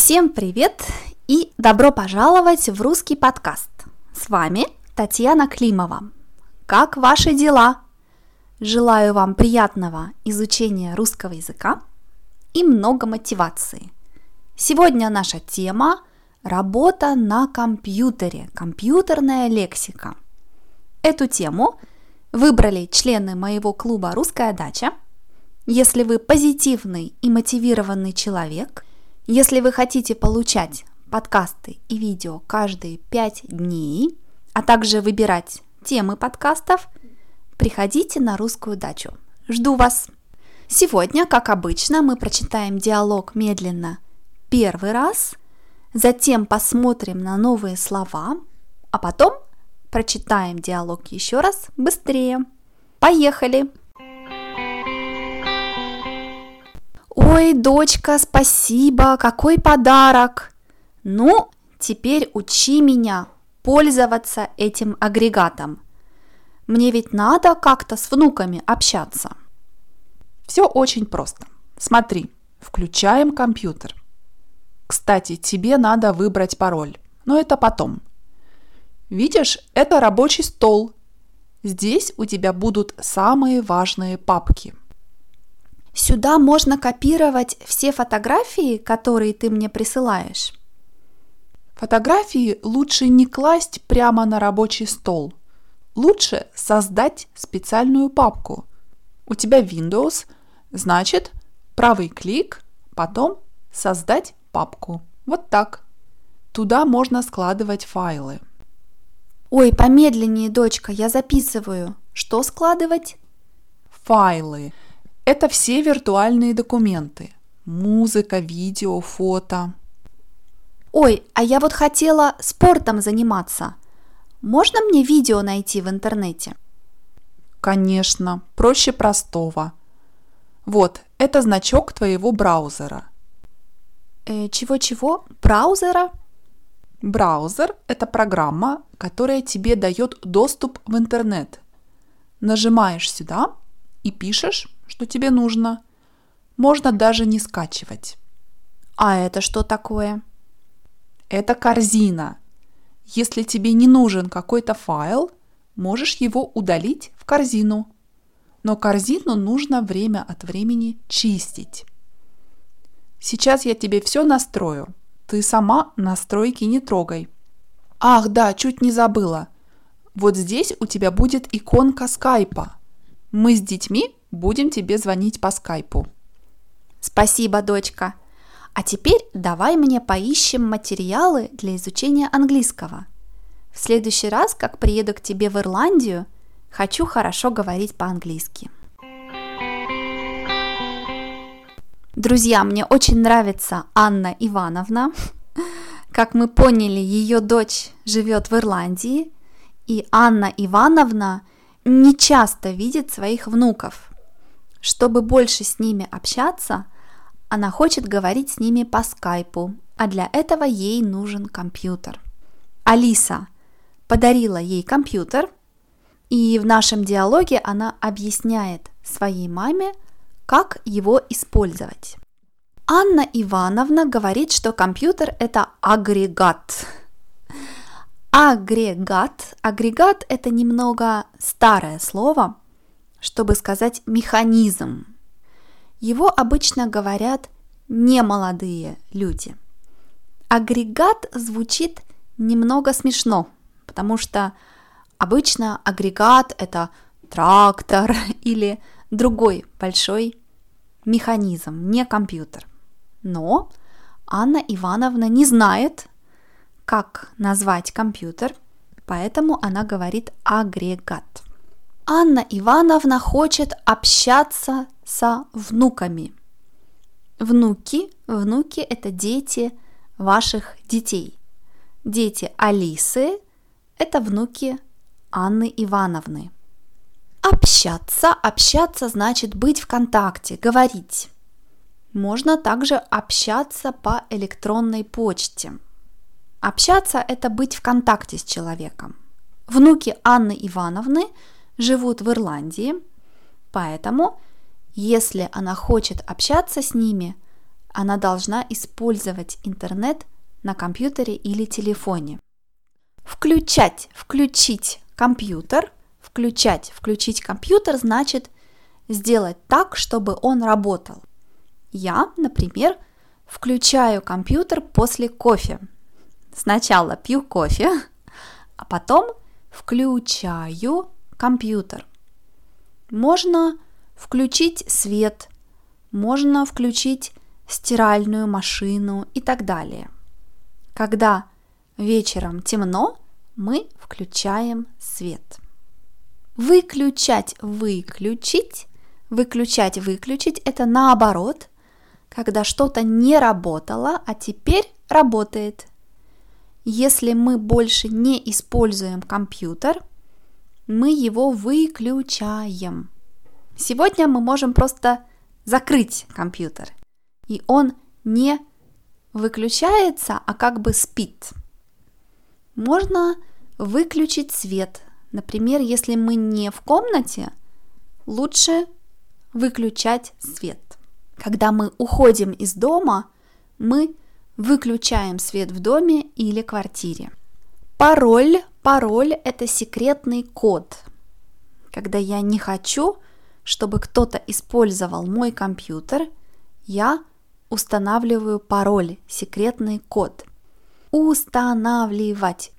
Всем привет и добро пожаловать в русский подкаст. С вами Татьяна Климова. Как ваши дела? Желаю вам приятного изучения русского языка и много мотивации. Сегодня наша тема – работа на компьютере, компьютерная лексика. Эту тему выбрали члены моего клуба «Русская дача». Если вы позитивный и мотивированный человек, если вы хотите получать подкасты и видео каждые 5 дней, а также выбирать темы подкастов, приходите на русскую дачу. Жду вас! Сегодня, как обычно, мы прочитаем диалог медленно первый раз, затем посмотрим на новые слова, а потом прочитаем диалог еще раз быстрее. Поехали! Ой, дочка, спасибо, какой подарок! Ну, теперь учи меня пользоваться этим агрегатом. Мне ведь надо как-то с внуками общаться. Все очень просто. Смотри, включаем компьютер. Кстати, тебе надо выбрать пароль, но это потом. Видишь, это рабочий стол. Здесь у тебя будут самые важные папки. Сюда можно копировать все фотографии, которые ты мне присылаешь. Фотографии лучше не класть прямо на рабочий стол. Лучше создать специальную папку. У тебя Windows, значит, правый клик, потом создать папку. Вот так. Туда можно складывать файлы. Ой, помедленнее, дочка, я записываю. Что складывать? Файлы. Это все виртуальные документы. Музыка, видео, фото. Ой, а я вот хотела спортом заниматься. Можно мне видео найти в интернете? Конечно, проще простого. Вот, это значок твоего браузера. Чего-чего? Браузера? Браузер – это программа, которая тебе дает доступ в интернет. Нажимаешь сюда и пишешь, что тебе нужно. Можно даже не скачивать. А это что такое? Это корзина. Если тебе не нужен какой-то файл, можешь его удалить в корзину. Но корзину нужно время от времени чистить. Сейчас я тебе все настрою. Ты сама настройки не трогай. Ах, да, чуть не забыла. Вот здесь у тебя будет иконка скайпа. Мы с детьми будем тебе звонить по скайпу. Спасибо, дочка. А теперь давай мне поищем материалы для изучения английского. В следующий раз, как приеду к тебе в Ирландию, хочу хорошо говорить по-английски. Друзья, мне очень нравится Анна Ивановна. Как мы поняли, ее дочь живет в Ирландии, и Анна Ивановна не часто видит своих внуков. Чтобы больше с ними общаться, она хочет говорить с ними по скайпу, а для этого ей нужен компьютер. Алиса подарила ей компьютер, и в нашем диалоге она объясняет своей маме, как его использовать. Анна Ивановна говорит, что компьютер – это агрегат. Агрегат – это немного старое слово, чтобы сказать механизм. Его обычно говорят немолодые люди. Агрегат звучит немного смешно, потому что обычно агрегат – это трактор или другой большой механизм, не компьютер. Но Анна Ивановна не знает, как назвать компьютер, поэтому она говорит агрегат. Анна Ивановна хочет общаться со внуками. Внуки – это дети ваших детей. Дети Алисы – это внуки Анны Ивановны. Общаться значит быть в контакте, говорить. Можно также общаться по электронной почте. Общаться – это быть в контакте с человеком. Внуки Анны Ивановны живут в Ирландии, поэтому, если она хочет общаться с ними, она должна использовать интернет на компьютере или телефоне. Включить компьютер значит сделать так, чтобы он работал. Я, например, включаю компьютер после кофе. Сначала пью кофе, а потом включаю компьютер. Можно включить свет, можно включить стиральную машину и так далее. Когда вечером темно, мы включаем свет. Выключать – это наоборот, когда что-то не работало, а теперь работает. Если мы больше не используем компьютер, мы его выключаем. Сегодня мы можем просто закрыть компьютер, и он не выключается, а как бы спит. Можно выключить свет. Например, если мы не в комнате, лучше выключать свет. Когда мы уходим из дома, мы выключаем свет в доме или квартире. Пароль – это секретный код. Когда я не хочу, чтобы кто-то использовал мой компьютер, я устанавливаю пароль, секретный код. Устанавливать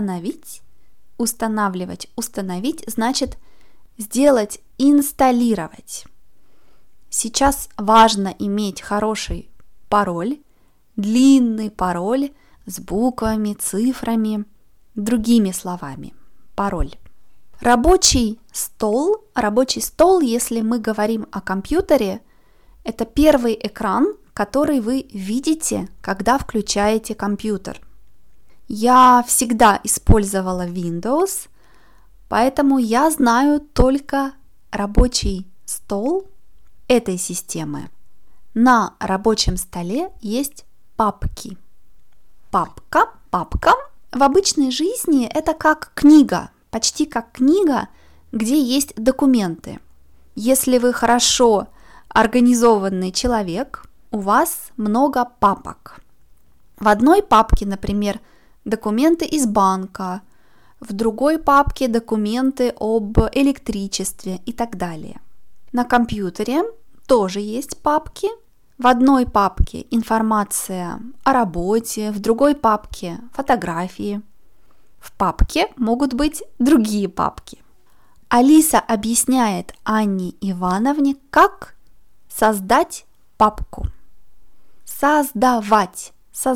значит сделать, инсталлировать. Сейчас важно иметь хороший пароль, длинный пароль с буквами, цифрами, другими словами. Пароль. Рабочий стол, если мы говорим о компьютере, это первый экран, который вы видите, когда включаете компьютер. Я всегда использовала Windows, поэтому я знаю только рабочий стол этой системы. На рабочем столе есть папки. Папка в обычной жизни это как книга, почти как книга, где есть документы. Если вы хорошо организованный человек, у вас много папок. В одной папке, например, документы из банка, в другой папке документы об электричестве и так далее. На компьютере тоже есть папки. В одной папке информация о работе, в другой папке фотографии. В папке могут быть другие папки. Алиса объясняет Анне Ивановне, как создать папку. Создавать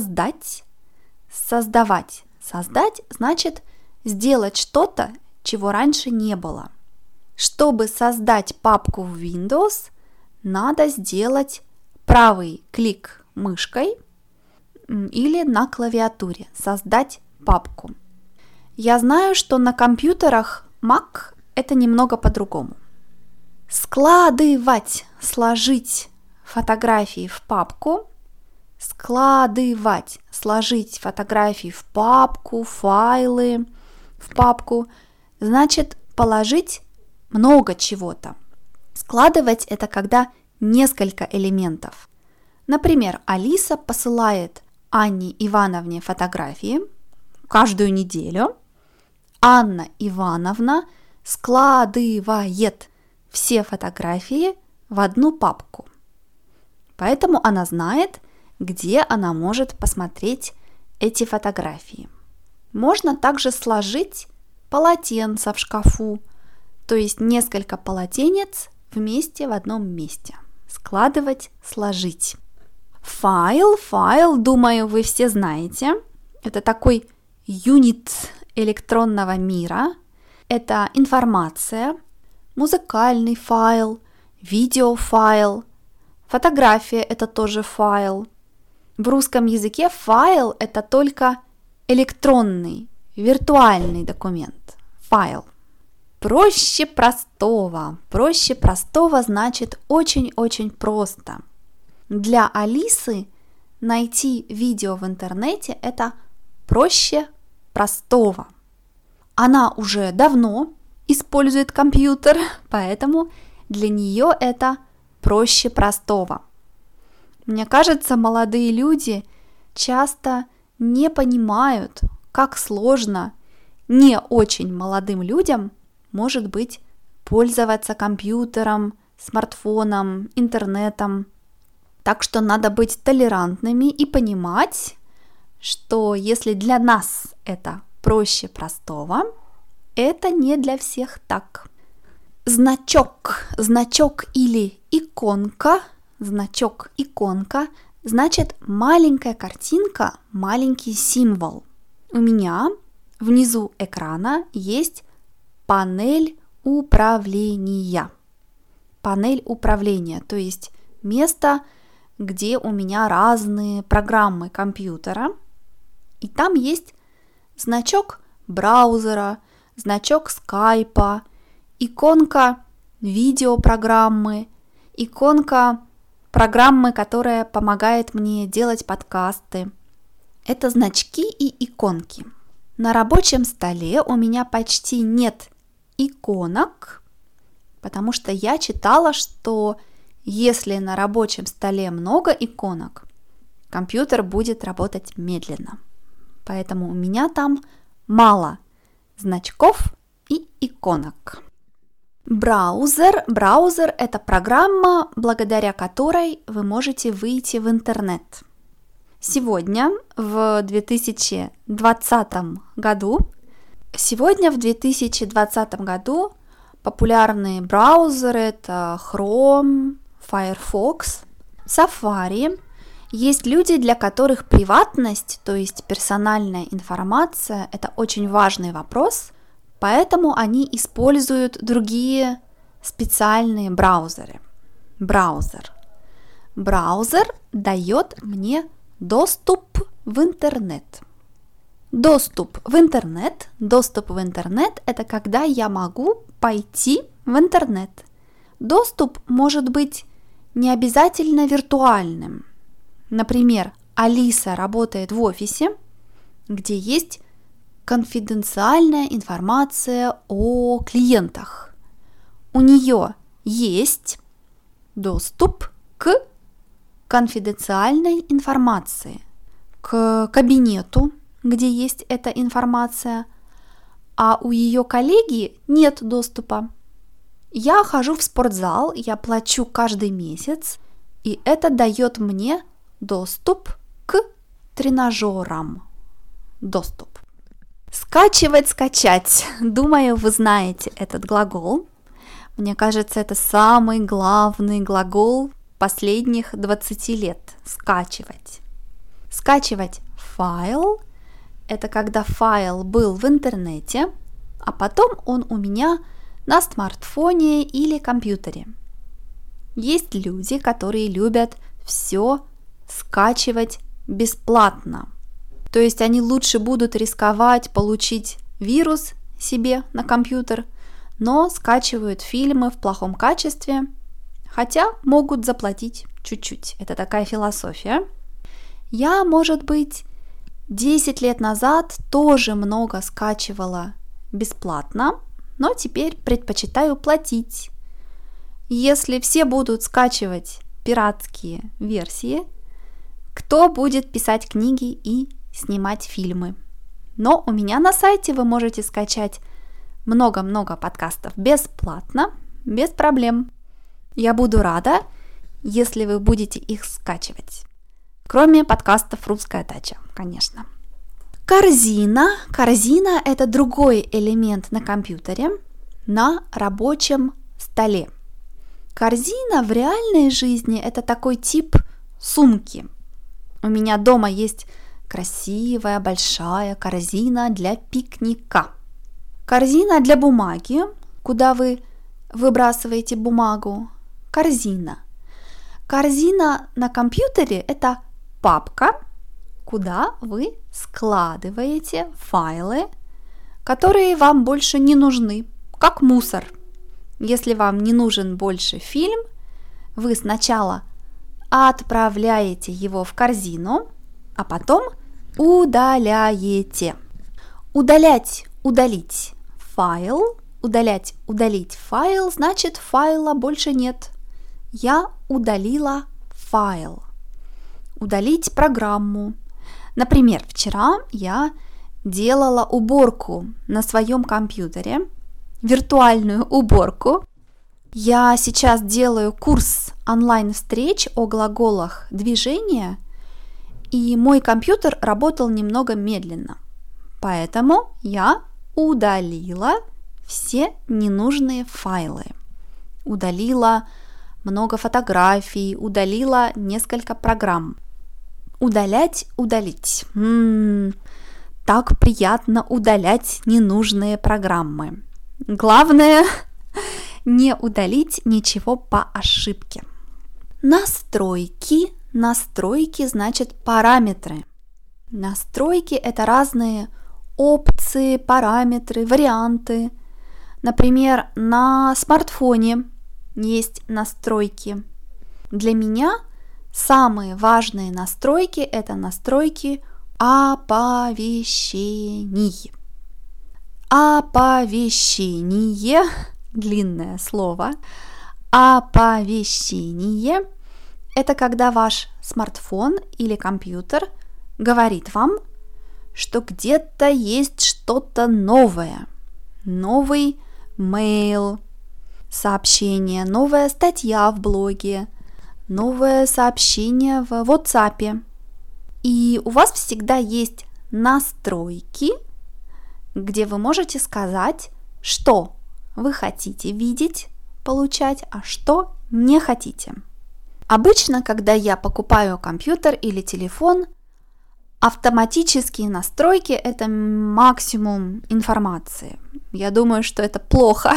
значит сделать что-то, чего раньше не было. Чтобы создать папку в Windows, надо сделать правый клик мышкой или на клавиатуре «Создать папку». Я знаю, что на компьютерах Mac это немного по-другому. Складывать, сложить фотографии в папку. Складывать, сложить фотографии в папку, файлы в папку, значит положить много чего-то. Складывать – это когда несколько элементов. Например, Алиса посылает Анне Ивановне фотографии каждую неделю. Анна Ивановна складывает все фотографии в одну папку. Поэтому она знает, где она может посмотреть эти фотографии. Можно также сложить полотенца в шкафу, то есть несколько полотенец вместе в одном месте. Складывать, сложить. Файл, думаю, вы все знаете. Это такой юнит электронного мира. Это информация, музыкальный файл, видеофайл, фотография – это тоже файл. В русском языке файл – это только электронный, виртуальный документ. Файл. Проще простого значит очень-очень просто. Для Алисы найти видео в интернете – это проще простого. Она уже давно использует компьютер, поэтому для нее это проще простого. Мне кажется, молодые люди часто не понимают, как сложно не очень молодым людям может быть пользоваться компьютером, смартфоном, интернетом. Так что надо быть толерантными и понимать, что если для нас это проще простого, это не для всех так. Значок или иконка, значит маленькая картинка, маленький символ. У меня внизу экрана есть панель управления. Панель управления, то есть место, где у меня разные программы компьютера. И там есть значок браузера, значок скайпа, иконка видеопрограммы, иконка программы, которая помогает мне делать подкасты. Это значки и иконки. На рабочем столе у меня почти нет иконок, потому что я читала, что если на рабочем столе много иконок, компьютер будет работать медленно. Поэтому у меня там мало значков и иконок. Браузер – это программа, благодаря которой вы можете выйти в интернет. Сегодня, в 2020 году, популярные браузеры – это Chrome, Firefox, Safari. Есть люди, для которых приватность, то есть персональная информация – это очень важный вопрос, поэтому они используют другие специальные браузеры. Браузер дает мне доступ в интернет. Доступ в интернет – это когда я могу пойти в интернет. Доступ может быть не обязательно виртуальным. Например, Алиса работает в офисе, где есть конфиденциальная информация о клиентах. У нее есть доступ к конфиденциальной информации, к кабинету, где есть эта информация, а у ее коллеги нет доступа. Я хожу в спортзал, я плачу каждый месяц, и это дает мне доступ к тренажерам. Доступ. Скачать. Думаю, вы знаете этот глагол. Мне кажется, это самый главный глагол последних 20 лет. Скачивать. Скачивать файл – это когда файл был в интернете, а потом он у меня на смартфоне или компьютере. Есть люди, которые любят все скачивать бесплатно. То есть они лучше будут рисковать получить вирус себе на компьютер, но скачивают фильмы в плохом качестве, хотя могут заплатить чуть-чуть. Это такая философия. Я, может быть, 10 лет назад тоже много скачивала бесплатно, но теперь предпочитаю платить. Если все будут скачивать пиратские версии, кто будет писать книги и снимать фильмы? Но у меня на сайте вы можете скачать много-много подкастов бесплатно, без проблем. Я буду рада, если вы будете их скачивать. Кроме подкастов «Русская дача», конечно. Корзина – это другой элемент на компьютере, на рабочем столе. Корзина в реальной жизни – это такой тип сумки. У меня дома есть красивая большая корзина для пикника. Корзина для бумаги, куда вы выбрасываете бумагу. Корзина. Корзина на компьютере – это папка, куда вы складываете файлы, которые вам больше не нужны, как мусор. Если вам не нужен больше фильм, вы сначала отправляете его в корзину, а потом удаляете. Удалить файл. Удалить файл, значит файла больше нет. Я удалила файл. удалить программу. Например, вчера я делала уборку на своем компьютере, виртуальную уборку. Я сейчас делаю курс онлайн-встреч о глаголах движения, и мой компьютер работал немного медленно. Поэтому я удалила все ненужные файлы. Удалила много фотографий, удалила несколько программ. Удалять, удалить. Так приятно удалять ненужные программы. Главное, не удалить ничего по ошибке. Настройки. Настройки значит параметры. Настройки – это разные опции, параметры, варианты. Например, на смартфоне есть настройки. Для меня самые важные настройки – это настройки оповещений. Оповещение, длинное слово, оповещение – это когда ваш смартфон или компьютер говорит вам, что где-то есть что-то новое, новый мейл, сообщение, новая статья в блоге, новое сообщение в WhatsApp. И у вас всегда есть настройки, где вы можете сказать, что вы хотите видеть, получать, а что не хотите. Обычно, когда я покупаю компьютер или телефон, автоматические настройки – это максимум информации. Я думаю, что это плохо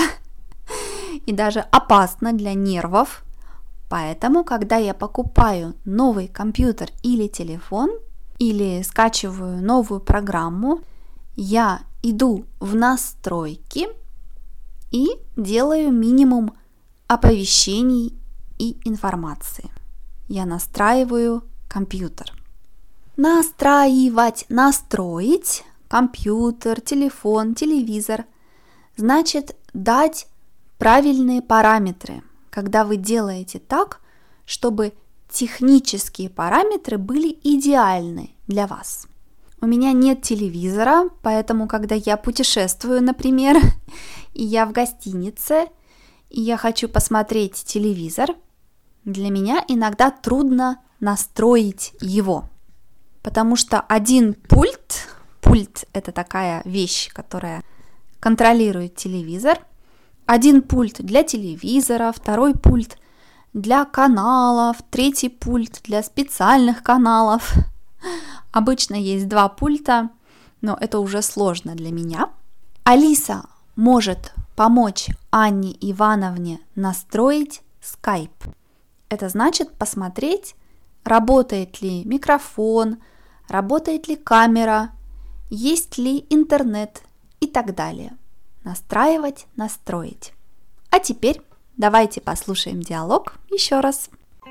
и даже опасно для нервов. Поэтому, когда я покупаю новый компьютер или телефон, или скачиваю новую программу, я иду в настройки и делаю минимум оповещений и информации. Я настраиваю компьютер. Настраивать, настроить компьютер, телефон, телевизор значит дать правильные параметры, когда вы делаете так, чтобы технические параметры были идеальны для вас. У меня нет телевизора, поэтому, когда я путешествую, например, и я в гостинице, и я хочу посмотреть телевизор, для меня иногда трудно настроить его, потому что один пульт – это такая вещь, которая контролирует телевизор, один пульт для телевизора, второй пульт для каналов, третий пульт для специальных каналов. Обычно есть 2 пульта, но это уже сложно для меня. Алиса может помочь Анне Ивановне настроить Skype. Это значит посмотреть, работает ли микрофон, работает ли камера, есть ли интернет и так далее. Настраивать, настроить. А теперь давайте послушаем диалог еще раз.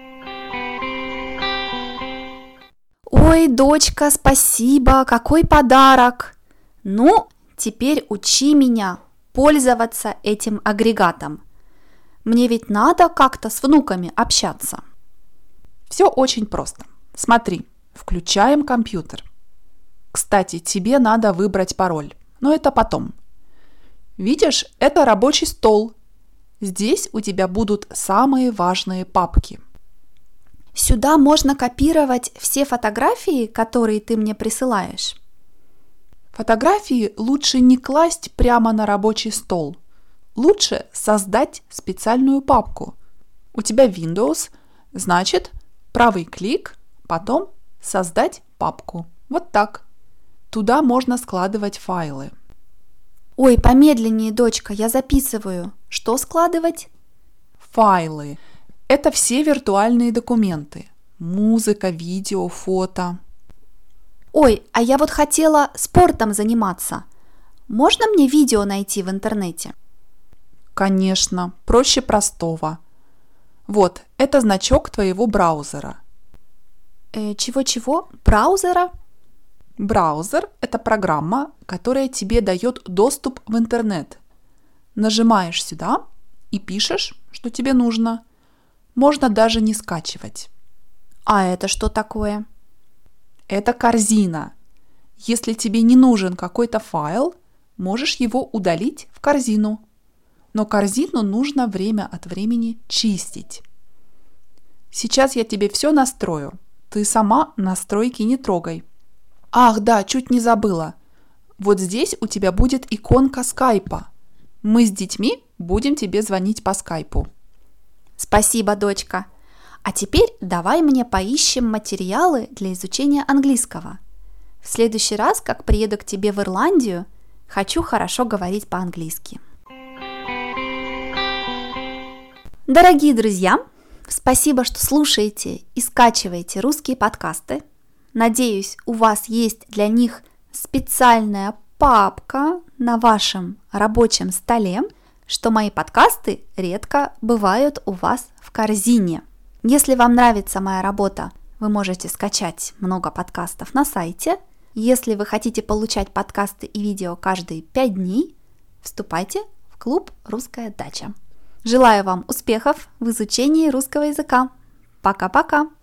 Ой, дочка, спасибо, какой подарок! Ну, теперь учи меня пользоваться этим агрегатом. Мне ведь надо как-то с внуками общаться. Все очень просто. Смотри, включаем компьютер. Кстати, тебе надо выбрать пароль, но это потом. Видишь, это рабочий стол. Здесь у тебя будут самые важные папки. Сюда можно копировать все фотографии, которые ты мне присылаешь. Фотографии лучше не класть прямо на рабочий стол. Лучше создать специальную папку. У тебя Windows, значит, правый клик, потом создать папку. Вот так. Туда можно складывать файлы. Ой, помедленнее, дочка, я записываю. Что складывать? Файлы. Это все виртуальные документы. Музыка, видео, фото. Ой, а я вот хотела спортом заниматься. Можно мне видео найти в интернете? Конечно, проще простого. Вот, это значок твоего браузера. Чего-чего? Браузера? Браузер – это программа, которая тебе дает доступ в интернет. Нажимаешь сюда и пишешь, что тебе нужно. Можно даже не скачивать. А это что такое? Это корзина. Если тебе не нужен какой-то файл, можешь его удалить в корзину. Но корзину нужно время от времени чистить. Сейчас я тебе все настрою. Ты сама настройки не трогай. Ах, да, чуть не забыла. Вот здесь у тебя будет иконка скайпа. Мы с детьми будем тебе звонить по скайпу. Спасибо, дочка. А теперь давай мне поищем материалы для изучения английского. В следующий раз, как приеду к тебе в Ирландию, хочу хорошо говорить по-английски. Дорогие друзья, спасибо, что слушаете и скачиваете русские подкасты. Надеюсь, у вас есть для них специальная папка на вашем рабочем столе, что мои подкасты редко бывают у вас в корзине. Если вам нравится моя работа, вы можете скачать много подкастов на сайте. Если вы хотите получать подкасты и видео каждые 5 дней, вступайте в клуб «Русская дача». Желаю вам успехов в изучении русского языка. Пока-пока!